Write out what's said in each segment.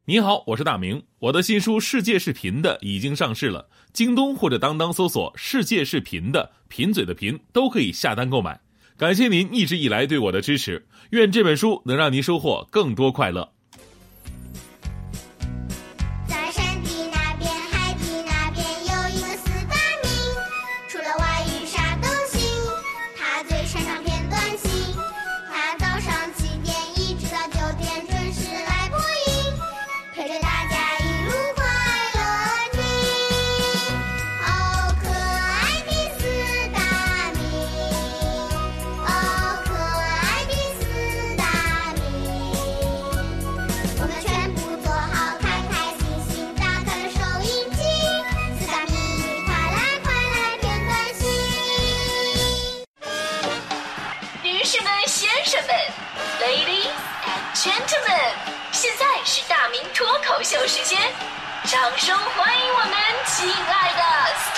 你好，我是大明。我的新书《世界是贫的》已经上市了，京东或者当当搜索"世界是贫的"，贫嘴的贫都可以下单购买。感谢您一直以来对我的支持，愿这本书能让您收获更多快乐。 在山地那边，海底那边有一个四大名，除了外语啥都行，他最擅长片段戏。他早上7点一直到9点准时来播音，陪着大家一路快乐听。哦，可爱的四大名，哦，可爱的四大名，我们全部坐好，开开心心打开了收音机。四大名，快来快来片段戏。 女士们、先生们 ，Ladies and Gentlemen， 现在是大明脱口秀时间，掌声欢迎我们亲爱的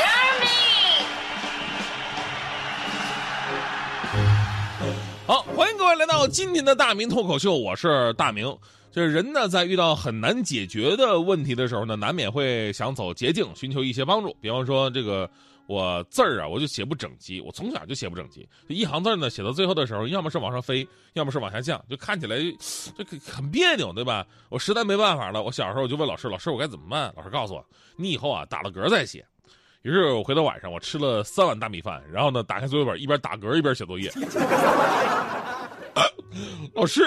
Starmin。 好，欢迎各位来到今天的大明脱口秀，我是大明。就是人呢，在遇到很难解决的问题的时候呢，难免会想走捷径，寻求一些帮助。比方说，这个我字儿啊，我就写不整齐，我从小就写不整齐，一行字呢写到最后的时候，要么是往上飞，要么是往下降，就看起来就很别扭，对吧？我实在没办法了，我小时候就问老师，老师我该怎么办？老师告诉我，你以后啊打了嗝再写。于是我回到晚上，我吃了3碗大米饭，然后呢打开作业本，一边打嗝一边写作业。老师，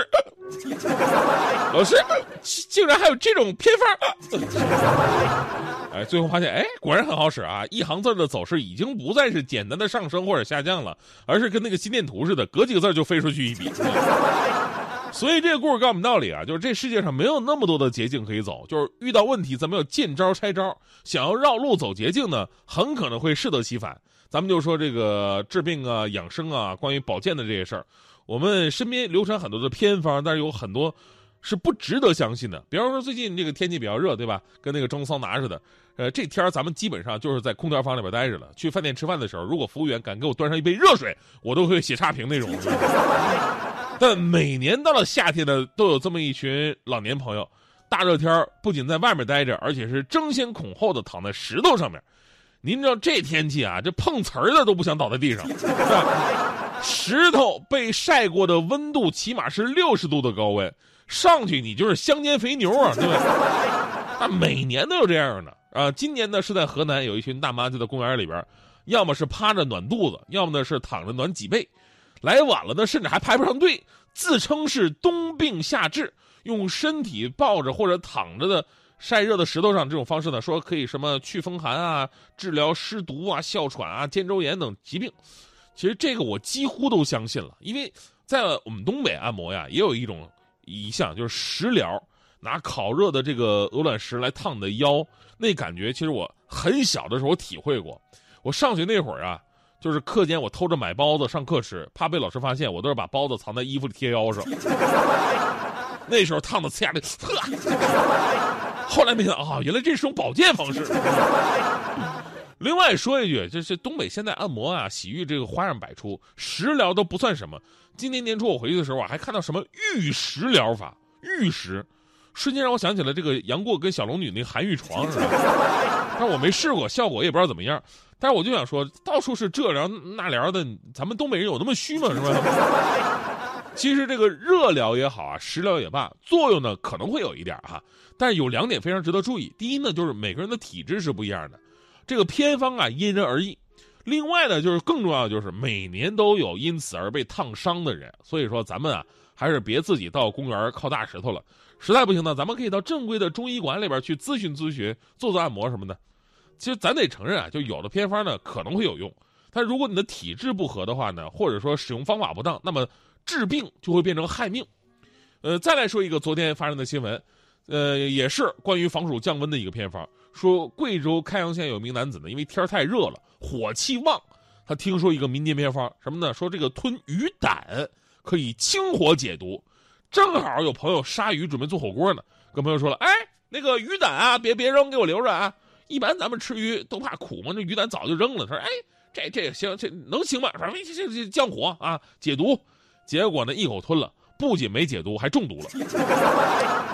竟然还有这种偏方！哎，最后发现，果然很好使啊！一行字的走势已经不再是简单的上升或者下降了，而是跟那个心电图似的，隔几个字就飞出去一笔。所以这个故事告诉我们道理啊，就是这世界上没有那么多的捷径可以走，就是遇到问题咱们要见招拆招，想要绕路走捷径呢，很可能会适得其反。咱们就说这个治病啊、养生啊，关于保健的这些事儿，我们身边流传很多的偏方，但是有很多是不值得相信的。比方说最近这个天气比较热，对吧？跟那个蒸桑拿似的。这天咱们基本上就是在空调房里边待着了。去饭店吃饭的时候，如果服务员敢给我端上一杯热水，我都会写差评那种。但每年到了夏天呢，都有这么一群老年朋友，大热天不仅在外面待着，而且是争先恐后的躺在石头上面。您知道这天气啊，这碰瓷儿的都不想倒在地上。石头被晒过的温度起码是60度的高温，上去你就是香煎肥牛啊，对吧？他每年都有这样的啊。今年呢是在河南，有一群大妈就在公园里边，要么是趴着暖肚子，要么呢是躺着暖脊背。来晚了呢，甚至还排不上队，自称是冬病夏治，用身体抱着或者躺着的晒热的石头上这种方式呢，说可以什么祛风寒啊、治疗湿毒啊、哮喘啊、肩周炎等疾病。其实这个我几乎都相信了，因为在我们东北按摩呀，也有一项就是食疗，拿烤热的这个鹅卵石来烫你的腰，那感觉其实我很小的时候我体会过。我上学那会儿啊，就是课间我偷着买包子上课吃，怕被老师发现，我都是把包子藏在衣服里贴腰上。那时候烫的呲牙的，后来没想到啊，原来这是种保健方式。另外说一句，就是东北现在按摩啊、洗浴这个花样百出，食疗都不算什么。今年年初我回去的时候，我还看到什么玉石疗法，玉石，瞬间让我想起了这个杨过跟小龙女那个寒玉床似的。但我没试过，效果也不知道怎么样。但是我就想说，到处是这疗那疗的，咱们东北人有那么虚吗？是吧？其实这个热疗也好啊，食疗也罢，作用呢可能会有一点哈，但是有2点非常值得注意。第一呢，就是每个人的体质是不一样的，这个偏方啊因人而异。另外呢，就是更重要的就是每年都有因此而被烫伤的人，所以说咱们啊还是别自己到公园靠大石头了。实在不行呢，咱们可以到正规的中医馆里边去咨询咨询，做做按摩什么的。其实咱得承认啊，就有的偏方呢可能会有用，但如果你的体质不合的话呢，或者说使用方法不当，那么治病就会变成害命。再来说一个昨天发生的新闻，也是关于防暑降温的一个偏方。说贵州开阳县有一名男子呢，因为天太热了，火气旺，他听说一个民间偏方，什么呢？说这个吞鱼胆可以清火解毒。正好有朋友杀鱼准备做火锅呢，跟朋友说了，那个鱼胆啊，别扔，给我留着啊。一般咱们吃鱼都怕苦嘛，这鱼胆早就扔了。他说，这行，这能行吗？说这降火啊，解毒。结果呢，一口吞了，不仅没解毒，还中毒了。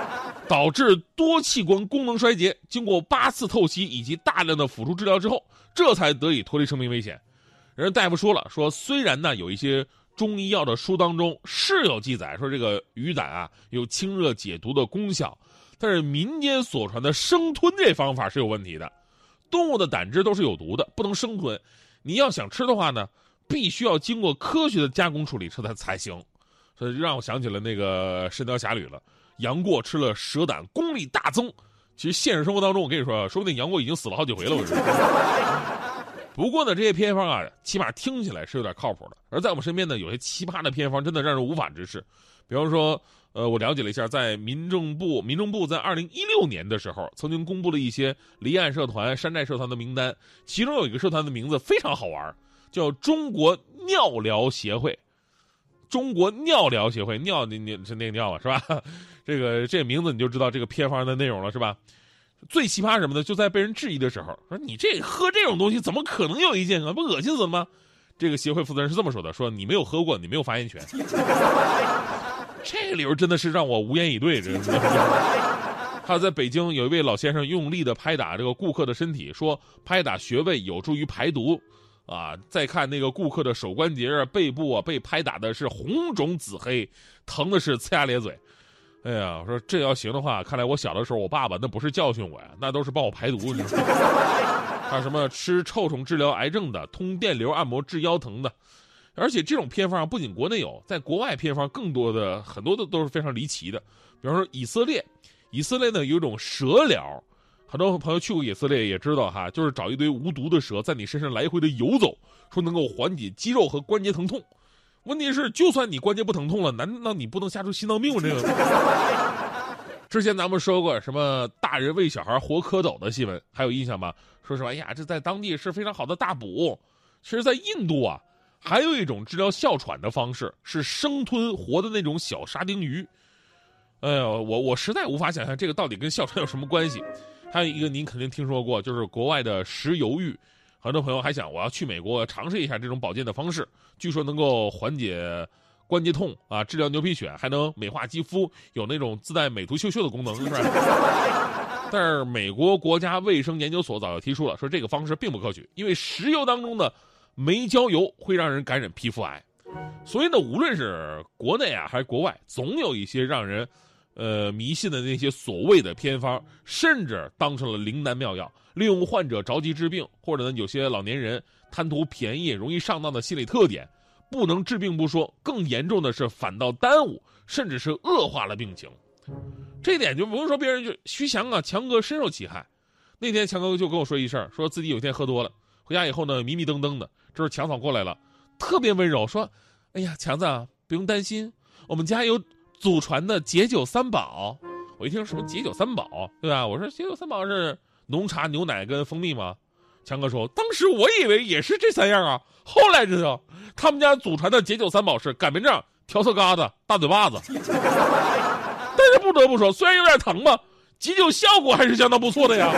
导致多器官功能衰竭，经过8次透析以及大量的辅助治疗之后，这才得以脱离生命危险。人大夫说了，说虽然呢有一些中医药的书当中是有记载说这个鱼胆啊有清热解毒的功效，但是民间所传的生吞这方法是有问题的。动物的胆汁都是有毒的，不能生吞。你要想吃的话呢，必须要经过科学的加工处理这才行。所以让我想起了那个《神雕侠侣》了。杨过吃了蛇胆，功力大增。其实现实生活当中，我跟你说，说不定杨过已经死了好几回了。我觉得。不过呢，这些偏方啊，起码听起来是有点靠谱的。而在我们身边呢，有些奇葩的偏方真的让人无法直视。比方说，我了解了一下，在民政部在2016年的时候，曾经公布了一些离岸社团、山寨社团的名单，其中有一个社团的名字非常好玩，叫中国尿疗协会。中国尿疗协会，尿你是那个尿啊，是吧？这个名字你就知道这个偏方的内容了，是吧？最奇葩什么的，就在被人质疑的时候，说你这喝这种东西怎么可能有益健康？不恶心死了吗？这个协会负责人是这么说的，说你没有喝过，你没有发言权。这个理由真的是让我无言以对。还有在北京有一位老先生用力的拍打这个顾客的身体，说拍打穴位有助于排毒。再看那个顾客的手关节啊、背部啊，被拍打的是红肿紫黑，疼的是呲牙咧嘴。哎呀，我说这要行的话，看来我小的时候我爸爸那不是教训我呀，那都是帮我排毒。你知道吗？还有什么吃臭虫治疗癌症的，通电流按摩治腰疼的。而且这种偏方不仅国内有，在国外偏方更多的很多的都是非常离奇的。比方说以色列呢有一种蛇疗。很多朋友去过以色列也知道哈，就是找一堆无毒的蛇在你身上来回的游走，说能够缓解肌肉和关节疼痛。问题是，就算你关节不疼痛了，难道你不能吓出心脏病吗？这个之前咱们说过什么大人喂小孩活蝌蚪的新闻，还有印象吗？说哎呀，这在当地是非常好的大补。其实在印度啊，还有一种治疗哮喘的方式是生吞活的那种小沙丁鱼。哎呀，我实在无法想象这个到底跟哮喘有什么关系。还有一个您肯定听说过，就是国外的食鱿鱼。很多朋友还想我要去美国尝试一下这种保健的方式，据说能够缓解关节痛啊，治疗牛皮癣，还能美化肌肤，有那种自带美图秀秀的功能，是吧？但是美国国家卫生研究所早就提出了，说这个方式并不科学，因为石油当中的煤焦油会让人感染皮肤癌。所以呢，无论是国内啊还是国外，总有一些让人迷信的那些所谓的偏方，甚至当成了灵丹妙药，利用患者着急治病，或者呢有些老年人贪图便宜、容易上当的心理特点，不能治病不说，更严重的是反倒耽误，甚至是恶化了病情。这点就不用说别人，就徐翔啊，强哥深受其害。那天强哥就跟我说一声，说自己有一天喝多了，回家以后呢迷迷瞪瞪的，这时候强嫂过来了，特别温柔说：“哎呀，强子啊，不用担心，我们家有祖传的解酒三宝。”我一听什么解酒三宝，对吧？我说解酒三宝是浓茶、牛奶跟蜂蜜吗？强哥说，当时我以为也是这3样啊，后来知道他们家祖传的解酒三宝是擀面杖、调色疙瘩、大嘴巴子。但是不得不说，虽然有点疼吧，急救效果还是相当不错的呀。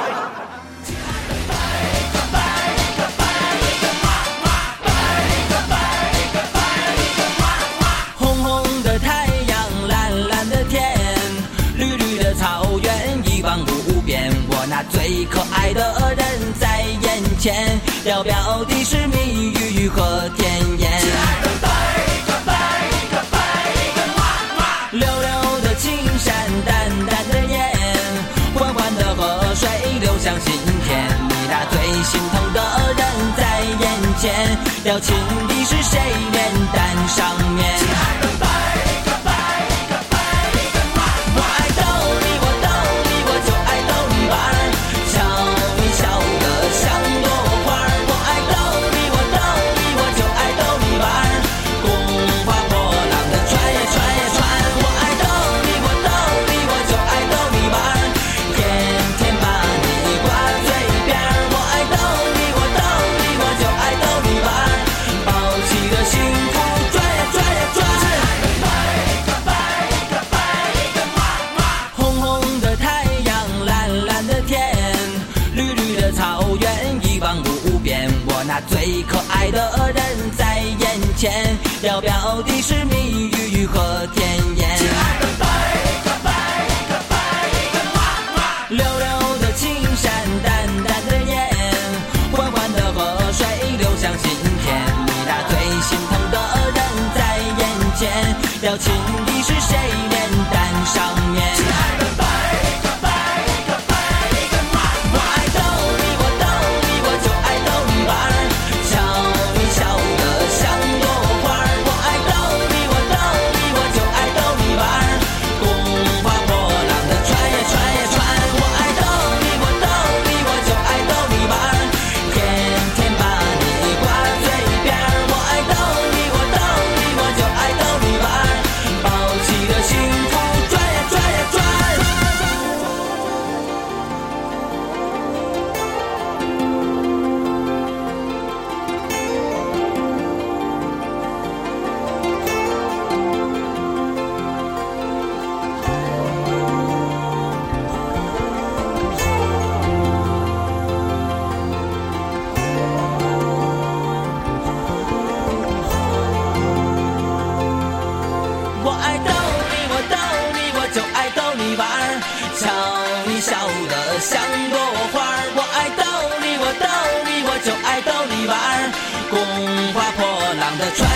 红红的太阳，蓝蓝的天，绿绿的草原，一望无边。我那最可爱的人在眼前，遥遥的是蜜语和甜言。溜溜的青山，淡淡的烟，缓缓的河水流向心田。你那最心疼的人在眼前，要亲的是谁脸蛋上面？我爱逗你，我逗你，我就爱逗你玩儿，笑你笑得像朵花儿。我爱逗你，我逗你，我就爱逗你玩儿，风花波浪的传呀传呀传。我爱逗你，我逗你，我就爱逗你玩儿，天天把你挂嘴边儿。我爱逗你，我逗你，我就爱逗你玩儿，抱起的幸福转呀转呀转。红红的太阳，蓝蓝的天，绿绿的草原，一望无边。我那最可爱的人在眼前，遥遥的是蜜语和甜言。 表情的是谁脸蛋上面。亲爱的拜个拜个拜个妈，我爱逗你，我逗你，我就爱逗你玩儿，瞧你笑得像朵花儿。我爱逗你，我逗你，我就爱逗你玩儿，风花破浪的传呀传呀传。我爱逗你，我逗你，我就爱逗你玩儿，天天把你挂嘴边儿。我爱逗你，我逗你，我就爱逗你玩儿，抱起的幸福转呀转呀转。我爱逗你，我逗你，我就爱逗你玩儿，瞧你笑得像朵花儿。我爱逗你，我逗你，我就爱逗你玩儿，风花破浪的船